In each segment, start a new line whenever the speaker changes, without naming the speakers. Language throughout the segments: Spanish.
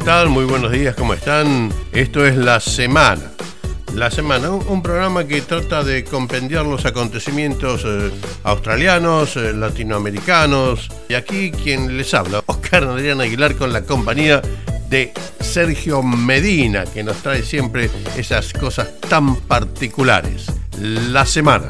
tal? Muy buenos días, ¿cómo están? Esto es La Semana. La Semana, un programa que trata de compendiar los acontecimientos australianos, latinoamericanos. Y aquí quien les habla, Oscar Adrián Aguilar, con la compañía de Sergio Medina, que nos trae siempre esas cosas tan particulares. La Semana.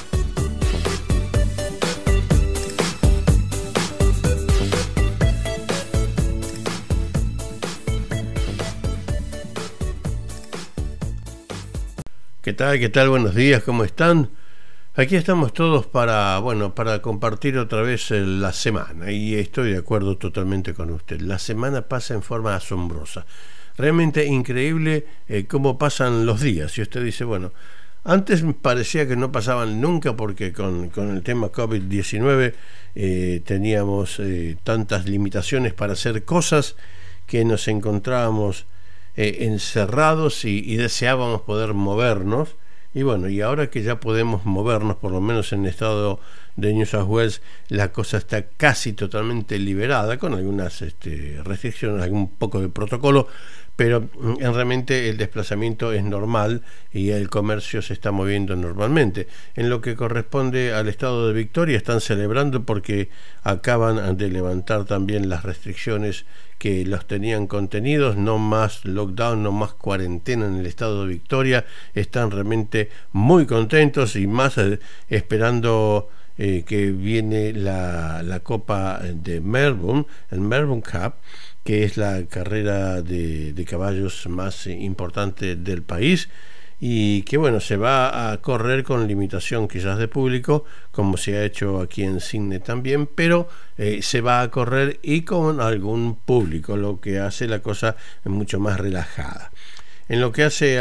¿Qué tal? ¿Qué tal? Buenos días, ¿cómo están? Aquí estamos todos para compartir otra vez la semana, y estoy de acuerdo totalmente con usted. La semana pasa en forma asombrosa, realmente increíble cómo pasan los días. Y usted dice, bueno, antes parecía que no pasaban nunca porque con el tema COVID-19 teníamos tantas limitaciones para hacer cosas que nos encontrábamos encerrados y deseábamos poder movernos. Y bueno, y ahora que ya podemos movernos, por lo menos en el estado de New South Wales, la cosa está casi totalmente liberada, con algunas restricciones, algún poco de protocolo, pero realmente el desplazamiento es normal y el comercio se está moviendo normalmente. En lo que corresponde al estado de Victoria, están celebrando porque acaban de levantar también las restricciones que los tenían contenidos. No más lockdown, no más cuarentena en el estado de Victoria. Están realmente muy contentos y más esperando que viene la Copa de Melbourne, el Melbourne Cup, que es la carrera de caballos más importante del país, y que bueno, se va a correr con limitación quizás de público, como se ha hecho aquí en Sydney también, pero se va a correr y con algún público, lo que hace la cosa mucho más relajada. En lo que hace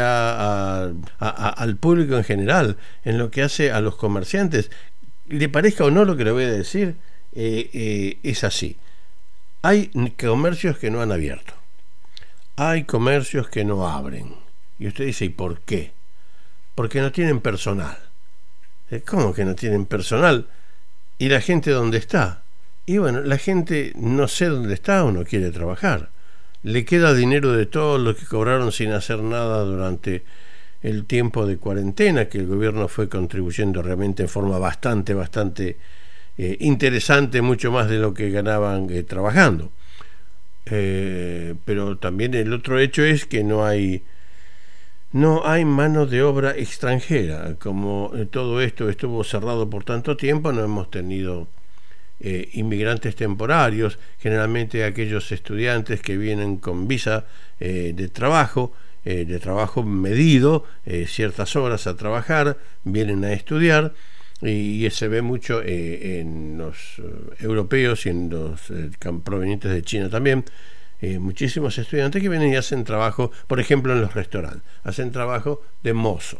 al público en general, en lo que hace a los comerciantes, le parezca o no lo que le voy a decir, es así. Hay comercios que no han abierto, hay comercios que no abren. Y usted dice, ¿y por qué? Porque no tienen personal. ¿Cómo que no tienen personal? ¿Y la gente dónde está? Y bueno, la gente no sé dónde está o no quiere trabajar. Le queda dinero de todo lo que cobraron sin hacer nada durante el tiempo de cuarentena, que el gobierno fue contribuyendo realmente en forma bastante interesante, mucho más de lo que ganaban trabajando. Pero también el otro hecho es que no hay mano de obra extranjera. Como todo esto estuvo cerrado por tanto tiempo, no hemos tenido inmigrantes temporarios, generalmente aquellos estudiantes que vienen con visa de trabajo medido, ciertas horas a trabajar, vienen a estudiar. Y se ve mucho en los europeos y en los provenientes de China también, muchísimos estudiantes que vienen y hacen trabajo, por ejemplo en los restaurantes, hacen trabajo de mozo.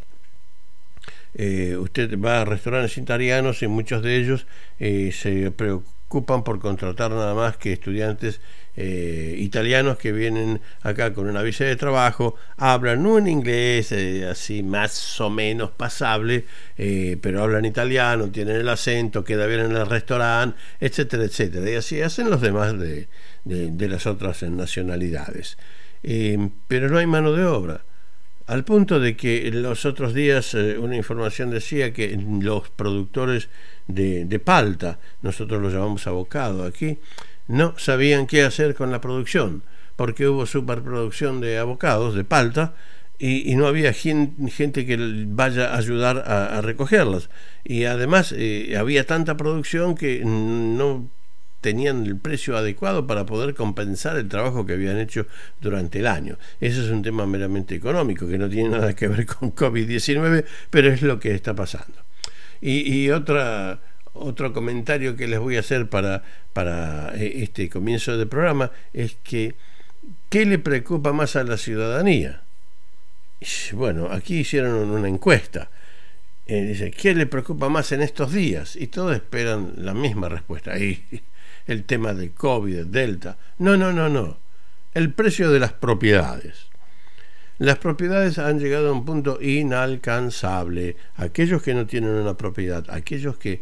Usted va a restaurantes italianos y muchos de ellos se preocupan por contratar nada más que estudiantes italianos que vienen acá con una visa de trabajo, hablan un inglés así más o menos pasable, pero hablan italiano, tienen el acento, queda bien en el restaurante, etcétera, etcétera. Y así hacen los demás de las otras nacionalidades. Pero no hay mano de obra. Al punto de que los otros días una información decía que los productores de palta, nosotros los llamamos abocado aquí, no sabían qué hacer con la producción, porque hubo superproducción de avocados, de palta, y no había gente que vaya a ayudar a recogerlas. Y además había tanta producción que no tenían el precio adecuado para poder compensar el trabajo que habían hecho durante el año. Ese es un tema meramente económico que no tiene nada que ver con COVID-19, pero es lo que está pasando. Y otro comentario que les voy a hacer para este comienzo del programa es que ¿qué le preocupa más a la ciudadanía? Bueno, aquí hicieron una encuesta. Dice, ¿qué le preocupa más en estos días? Y todos esperan la misma respuesta. Ahí, el tema del COVID, Delta. No. El precio de las propiedades. Las propiedades han llegado a un punto inalcanzable. Aquellos que no tienen una propiedad, aquellos que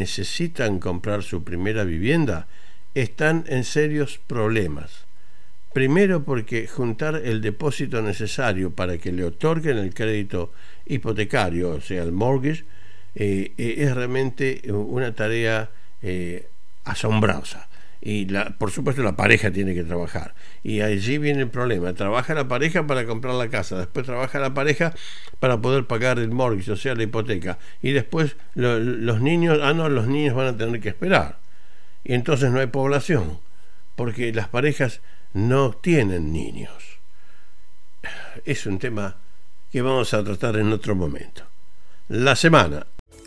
necesitan comprar su primera vivienda, están en serios problemas. Primero porque juntar el depósito necesario para que le otorguen el crédito hipotecario, o sea, el mortgage, es realmente una tarea asombrosa. Y por supuesto la pareja tiene que trabajar. Y allí viene el problema. Trabaja la pareja para comprar la casa, después trabaja la pareja para poder pagar el mortgage, o sea, la hipoteca. Y después los niños, los niños van a tener que esperar. Y entonces no hay población, porque las parejas no tienen niños. Es un tema que vamos a tratar en otro momento. La semana.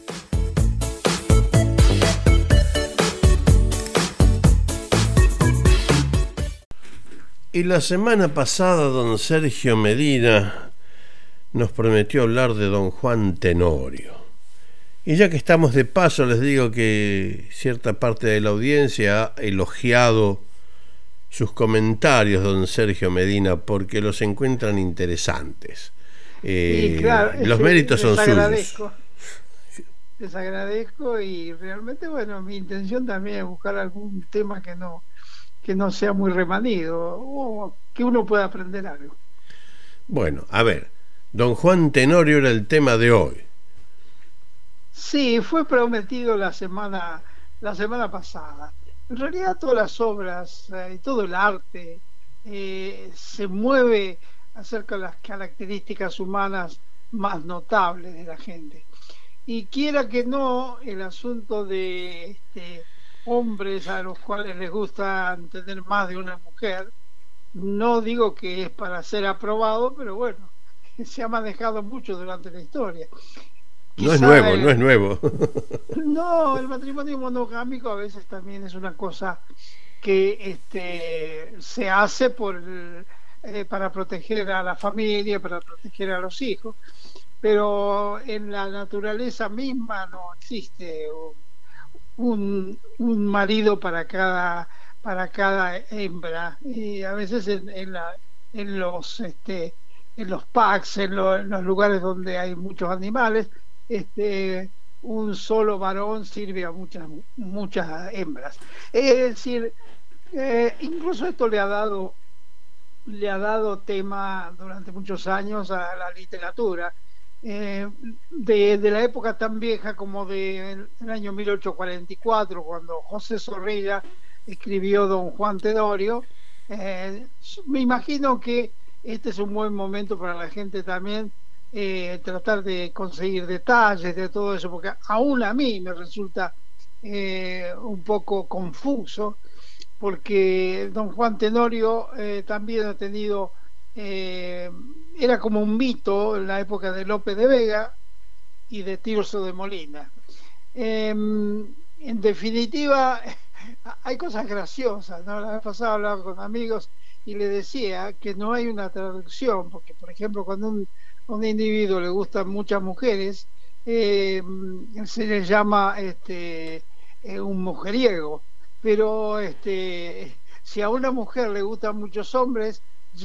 Y la semana pasada don Sergio Medina nos prometió hablar de don Juan Tenorio. Y ya que estamos de paso, les digo que cierta parte de la audiencia ha elogiado sus comentarios, don Sergio Medina, porque los encuentran interesantes.
Y claro,
los méritos son
suyos.
suyos.
Les agradezco y realmente, bueno, mi intención también es buscar algún tema que no sea muy remanido o que uno pueda aprender algo.
Bueno, a ver, don Juan Tenorio era el tema de hoy.
Sí, fue prometido la semana pasada. En realidad todas las obras y todo el arte se mueve acerca de las características humanas más notables de la gente. Y quiera que no, el asunto de hombres a los cuales les gusta tener más de una mujer, no digo que es para ser aprobado, pero bueno, se ha manejado mucho durante la historia.
No es nuevo, no es nuevo.
No, el matrimonio monogámico a veces también es una cosa que se hace para proteger a la familia, para proteger a los hijos, pero en la naturaleza misma no existe un marido para cada hembra, y a veces en los packs, en los lugares donde hay muchos animales, un solo varón sirve a muchas hembras. Es decir, incluso esto le ha dado tema durante muchos años a la literatura. De la época tan vieja como del año 1844, cuando José Zorrilla escribió Don Juan Tenorio. Me imagino que este es un buen momento para la gente también tratar de conseguir detalles de todo eso, porque aún a mí me resulta un poco confuso, porque Don Juan Tenorio también ha tenido era como un mito en la época de Lope de Vega y de Tirso de Molina. En definitiva, hay cosas graciosas, ¿no? La vez pasada hablaba con amigos y le decía que no hay una traducción, porque por ejemplo cuando a un individuo le gustan muchas mujeres, se le llama un mujeriego, pero si a una mujer le gustan muchos hombres,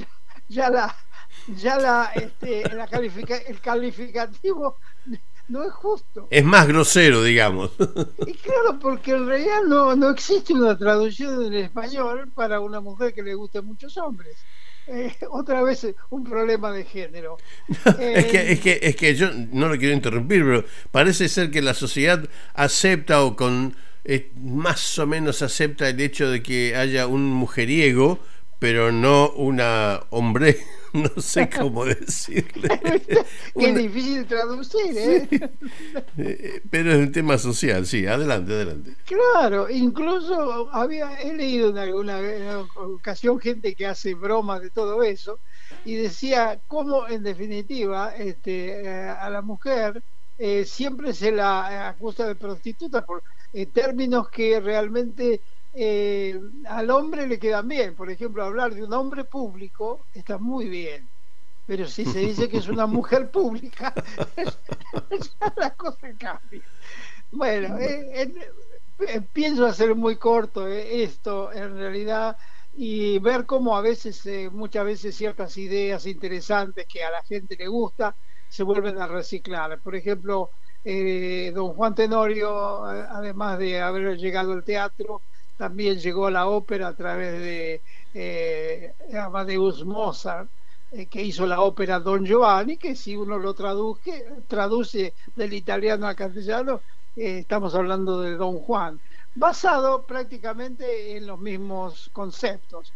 el calificativo no es justo.
Es más grosero, digamos.
Y claro, porque en realidad no existe una traducción en español para una mujer que le guste muchos hombres. Otra vez un problema de género.
Es que yo no lo quiero interrumpir, pero parece ser que la sociedad acepta más o menos acepta el hecho de que haya un mujeriego, pero no una hombre, no sé cómo decirle.
Qué difícil traducir, ¿eh?
Sí. Pero es un tema social, sí, adelante.
Claro, incluso he leído en alguna ocasión gente que hace bromas de todo eso y decía cómo en definitiva a la mujer siempre se la acusa de prostituta por términos que realmente al hombre le quedan bien. Por ejemplo, hablar de un hombre público está muy bien, pero si se dice que es una mujer pública, ya la cosa cambia. Bueno, pienso hacer muy corto esto en realidad, y ver cómo muchas veces ciertas ideas interesantes que a la gente le gusta se vuelven a reciclar. Por ejemplo, don Juan Tenorio, además de haber llegado al teatro, también llegó a la ópera a través Amadeus Mozart, que hizo la ópera Don Giovanni, que si uno lo traduce del italiano al castellano, estamos hablando de Don Juan, basado prácticamente en los mismos conceptos.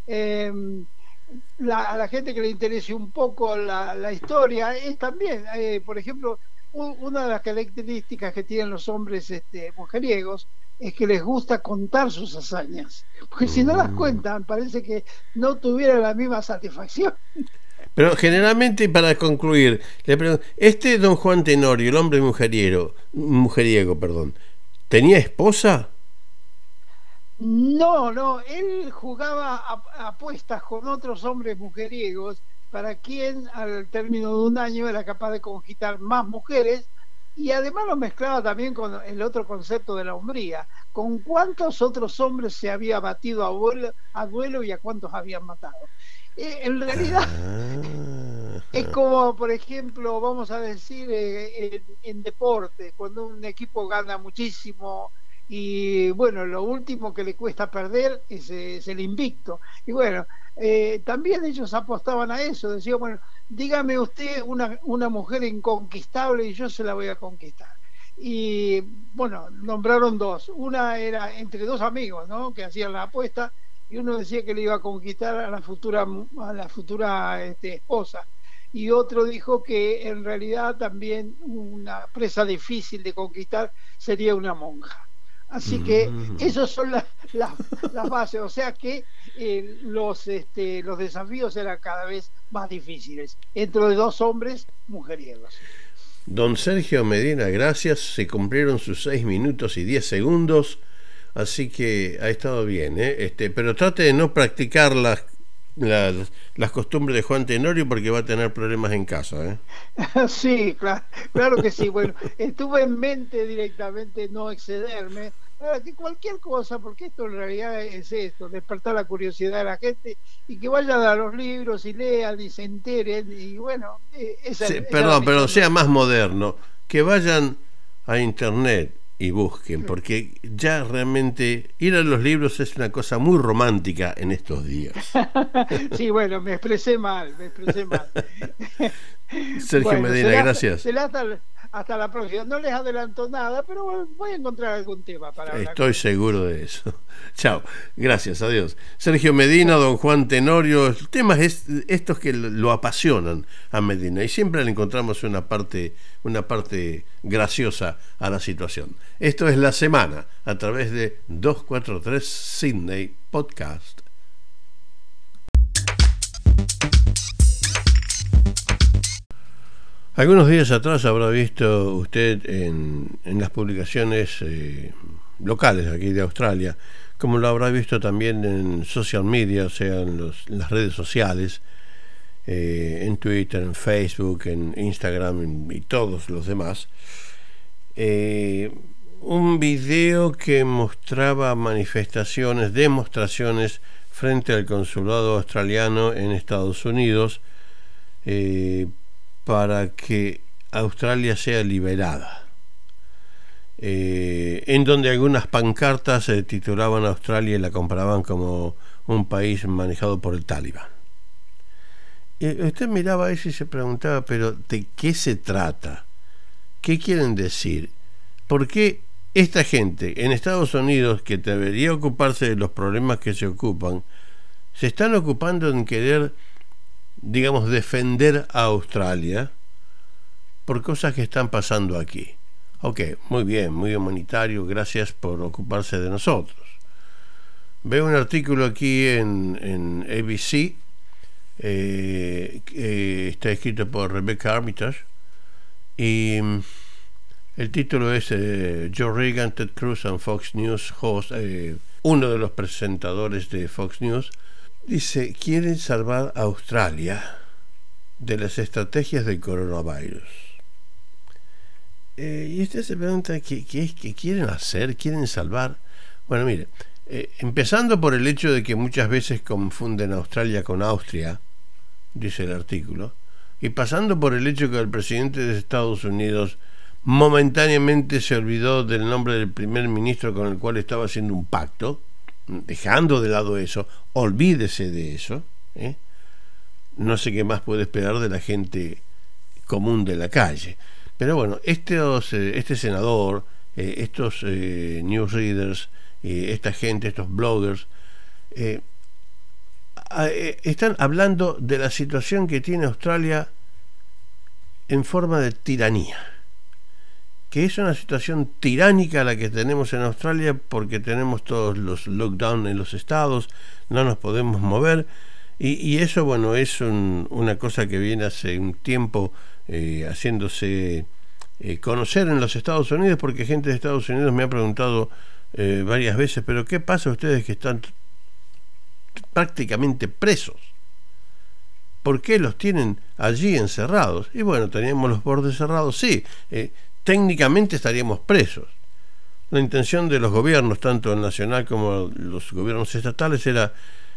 A la gente que le interese un poco la historia, es también, por ejemplo, una de las características que tienen los hombres mujeriegos es que les gusta contar sus hazañas, porque si no las cuentan parece que no tuvieran la misma satisfacción.
Pero generalmente, para concluir, le pregunto, don Juan Tenorio, el hombre mujeriego, perdón, ¿tenía esposa?
No, él jugaba a apuestas con otros hombres mujeriegos, para quien al término de un año era capaz de conquistar más mujeres, y además lo mezclaba también con el otro concepto de la hombría, con cuántos otros hombres se había batido a duelo y a cuántos habían matado. En realidad es como, por ejemplo, vamos a decir, en deporte, cuando un equipo gana muchísimo y bueno, lo último que le cuesta perder es el invicto. Y bueno, también ellos apostaban a eso, decían, bueno, dígame usted una mujer inconquistable y yo se la voy a conquistar. Y bueno, nombraron dos. Una era entre dos amigos, ¿no?, que hacían la apuesta, y uno decía que le iba a conquistar a la futura esposa, y otro dijo que en realidad también una presa difícil de conquistar sería una monja. Así que esas son las bases, o sea que los desafíos eran cada vez más difíciles entre dos hombres mujeriegos.
Don Sergio Medina, gracias. Se cumplieron sus 6 minutos y 10 segundos, así que ha estado bien, pero trate de no practicar las costumbres de Juan Tenorio, porque va a tener problemas en casa,
Sí, claro que sí. Bueno, estuve en mente directamente no excederme, que cualquier cosa, porque esto en realidad es esto, despertar la curiosidad de la gente y que vayan a los libros y lean y se enteren, y bueno,
pero sea más moderno, que vayan a internet y busquen, porque ya realmente ir a los libros es una cosa muy romántica en estos días.
Sí, bueno, me expresé mal.
Sergio Medina, gracias.
Hasta la próxima. No les adelanto nada, pero voy a encontrar algún tema para hablar.
Estoy seguro de eso. Chao, gracias, adiós. Sergio Medina, don Juan Tenorio, temas estos que lo apasionan a Medina, y siempre le encontramos una parte graciosa a la situación. Esto es La Semana, a través de 243 Sydney Podcast. Algunos días atrás habrá visto usted en las publicaciones locales aquí de Australia, como lo habrá visto también en social media, o sea, en las redes sociales, en Twitter, en Facebook, en Instagram y todos los demás, un video que mostraba demostraciones frente al consulado australiano en Estados Unidos, para que Australia sea liberada, en donde algunas pancartas titulaban a Australia y la comparaban como un país manejado por el Talibán. Usted miraba eso y se preguntaba, pero ¿de qué se trata? ¿Qué quieren decir? ¿Por qué esta gente en Estados Unidos, que debería ocuparse de los problemas que se ocupan, se están ocupando en querer, digamos, defender a Australia por cosas que están pasando aquí? Ok, muy bien, muy humanitario, gracias por ocuparse de nosotros. Veo un artículo aquí en ABC, que está escrito por Rebecca Armitage, y el título es Joe Reagan, Ted Cruz and Fox News host, uno de los presentadores de Fox News, dice: quieren salvar a Australia de las estrategias del coronavirus. Y usted se pregunta, ¿qué quieren hacer? ¿Quieren salvar? Bueno, mire, empezando por el hecho de que muchas veces confunden Australia con Austria, dice el artículo, y pasando por el hecho que el presidente de Estados Unidos momentáneamente se olvidó del nombre del primer ministro con el cual estaba haciendo un pacto, dejando de lado eso, olvídese de eso, no sé qué más puede esperar de la gente común de la calle. Pero bueno, este senador, estos newsreaders, esta gente, estos bloggers, están hablando de la situación que tiene Australia en forma de tiranía, que es una situación tiránica la que tenemos en Australia, porque tenemos todos los lockdown en los estados, no nos podemos mover, y eso, bueno, es una cosa que viene hace un tiempo haciéndose conocer en los Estados Unidos, porque gente de Estados Unidos me ha preguntado varias veces, pero ¿qué pasa a ustedes que están prácticamente presos? ¿Por qué los tienen allí encerrados? Y bueno, teníamos los bordes cerrados, sí, técnicamente estaríamos presos. La intención de los gobiernos, tanto el nacional como los gobiernos estatales, era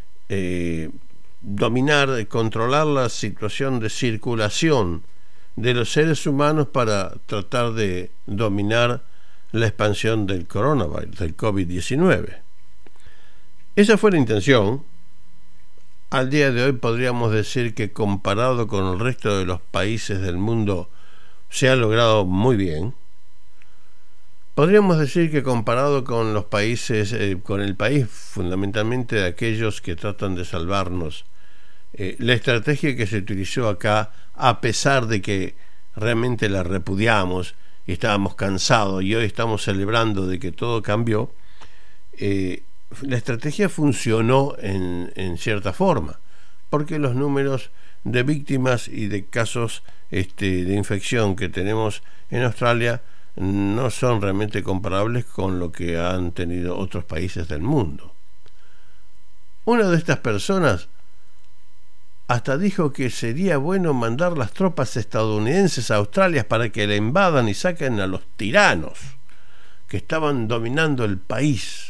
dominar, controlar la situación de circulación de los seres humanos para tratar de dominar la expansión del coronavirus, del COVID-19. Esa fue la intención. Al día de hoy podríamos decir que, comparado con el resto de los países del mundo, se ha logrado muy bien. Podríamos decir que, comparado con los países, con el país fundamentalmente de aquellos que tratan de salvarnos, la estrategia que se utilizó acá, a pesar de que realmente la repudiamos y estábamos cansados, y hoy estamos celebrando de que todo cambió, la estrategia funcionó en cierta forma, porque los números de víctimas y de casos de infección que tenemos en Australia no son realmente comparables con lo que han tenido otros países del mundo. Una de estas personas hasta dijo que sería bueno mandar las tropas estadounidenses a Australia para que la invadan y saquen a los tiranos que estaban dominando el país.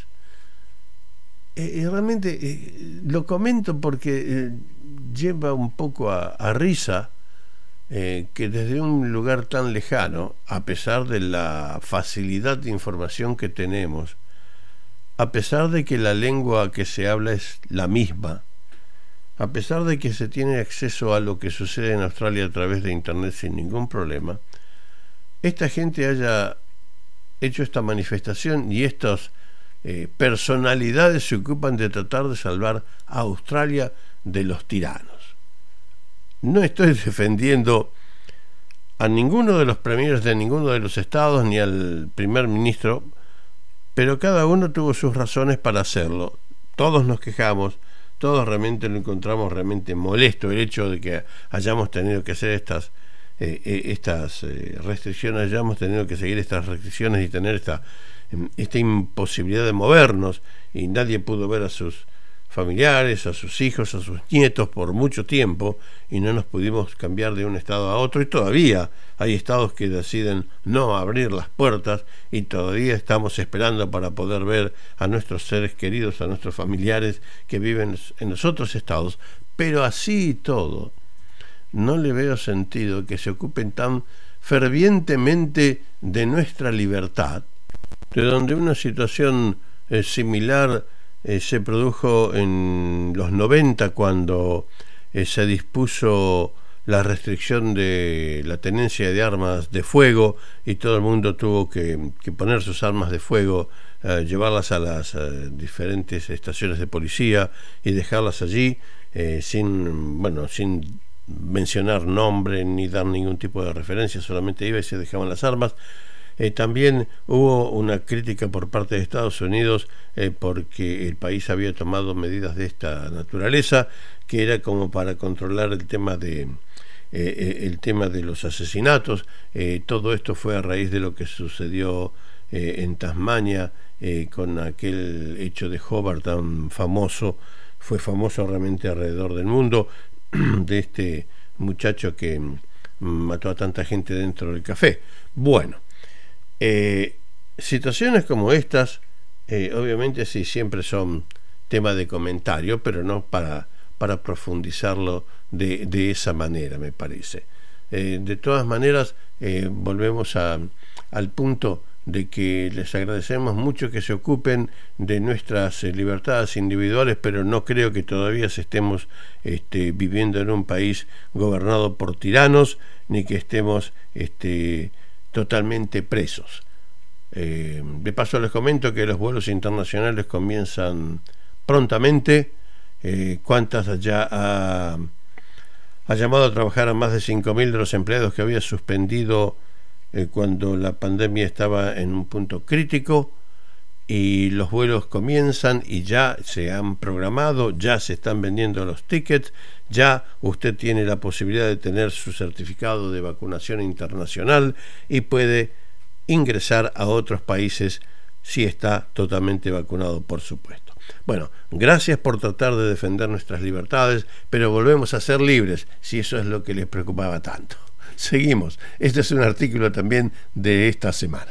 Realmente lo comento porque lleva un poco a risa que desde un lugar tan lejano, a pesar de la facilidad de información que tenemos, a pesar de que la lengua que se habla es la misma, a pesar de que se tiene acceso a lo que sucede en Australia a través de internet sin ningún problema, esta gente haya hecho esta manifestación y estas personalidades se ocupan de tratar de salvar a Australia de los tiranos. No estoy defendiendo a ninguno de los premieres de ninguno de los estados ni al primer ministro, pero cada uno tuvo sus razones para hacerlo. Todos nos quejamos, todos realmente lo encontramos realmente molesto el hecho de que hayamos tenido que hacer estas restricciones, hayamos tenido que seguir estas restricciones y tener esta imposibilidad de movernos, y nadie pudo ver a sus familiares, a sus hijos, a sus nietos por mucho tiempo, y no nos pudimos cambiar de un estado a otro, y todavía hay estados que deciden no abrir las puertas, y todavía estamos esperando para poder ver a nuestros seres queridos, a nuestros familiares que viven en los otros estados. Pero así y todo, no le veo sentido que se ocupen tan fervientemente de nuestra libertad, de donde una situación similar se produjo en los 90, cuando se dispuso la restricción de la tenencia de armas de fuego, y todo el mundo tuvo que poner sus armas de fuego, llevarlas a las diferentes estaciones de policía y dejarlas allí sin mencionar nombre ni dar ningún tipo de referencia, solamente iba y se dejaban las armas. También hubo una crítica por parte de Estados Unidos porque el país había tomado medidas de esta naturaleza, que era como para controlar el tema de los asesinatos. Todo esto fue a raíz de lo que sucedió en Tasmania con aquel hecho de Hobart tan famoso. Fue famoso realmente alrededor del mundo, de este muchacho que mató a tanta gente dentro del café. Bueno, situaciones como estas obviamente sí siempre son tema de comentario, pero no para profundizarlo de esa manera, me parece. De todas maneras, volvemos al punto de que les agradecemos mucho que se ocupen de nuestras libertades individuales, pero no creo que todavía estemos viviendo en un país gobernado por tiranos, ni que estemos totalmente presos. De paso les comento que los vuelos internacionales comienzan prontamente. Qantas ya ha llamado a trabajar a más de 5.000 de los empleados que había suspendido cuando la pandemia estaba en un punto crítico, y los vuelos comienzan y ya se han programado, ya se están vendiendo los tickets, ya usted tiene la posibilidad de tener su certificado de vacunación internacional y puede ingresar a otros países si está totalmente vacunado, por supuesto. Bueno, gracias por tratar de defender nuestras libertades, pero volvemos a ser libres, si eso es lo que les preocupaba tanto. Seguimos. Este es un artículo también de esta semana.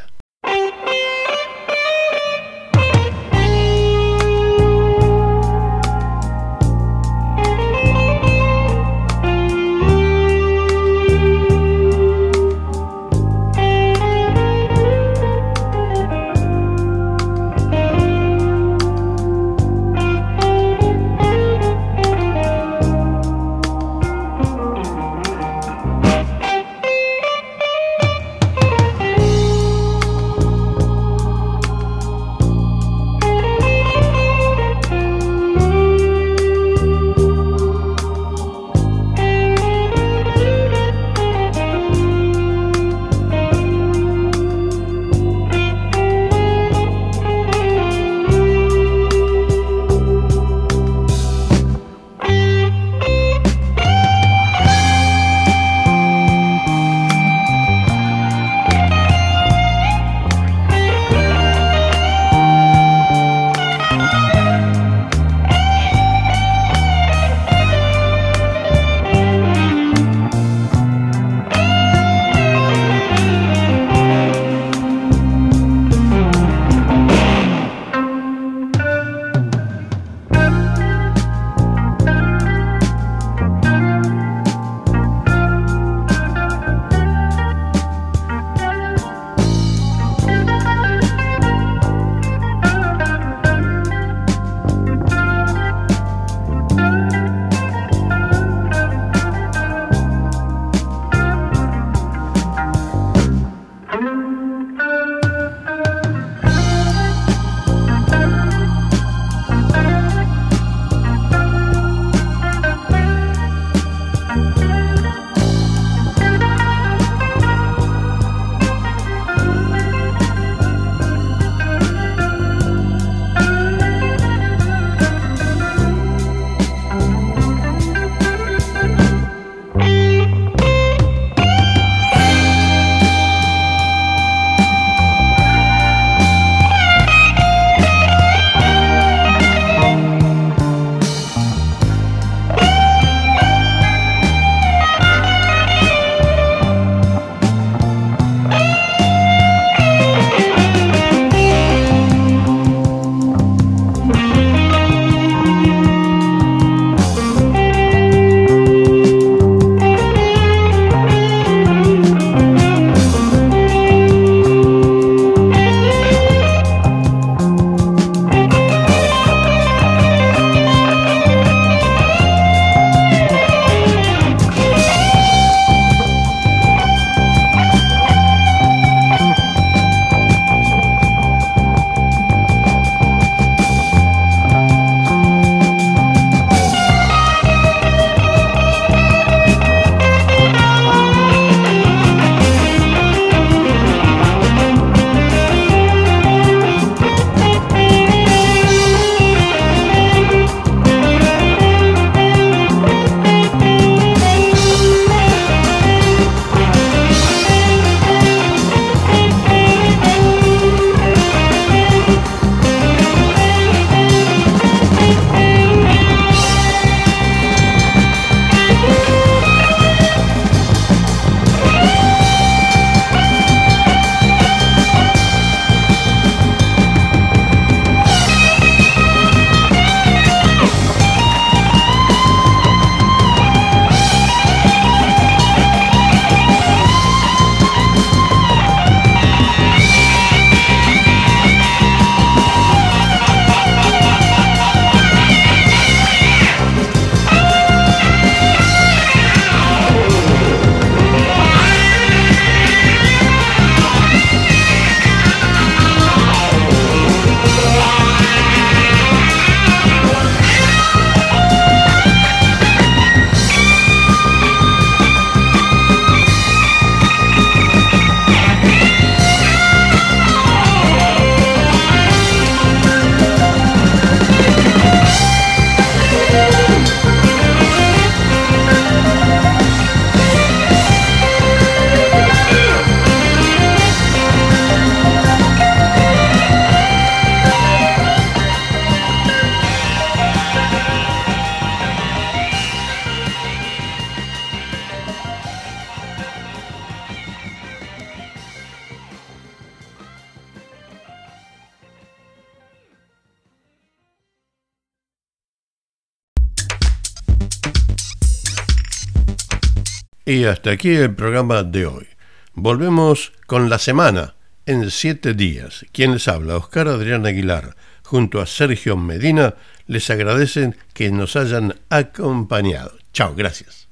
Y hasta aquí el programa de hoy. Volvemos con la semana en 7 días. Quien les habla, Oscar Adrián Aguilar, junto a Sergio Medina, les agradecen que nos hayan acompañado. Chao, gracias.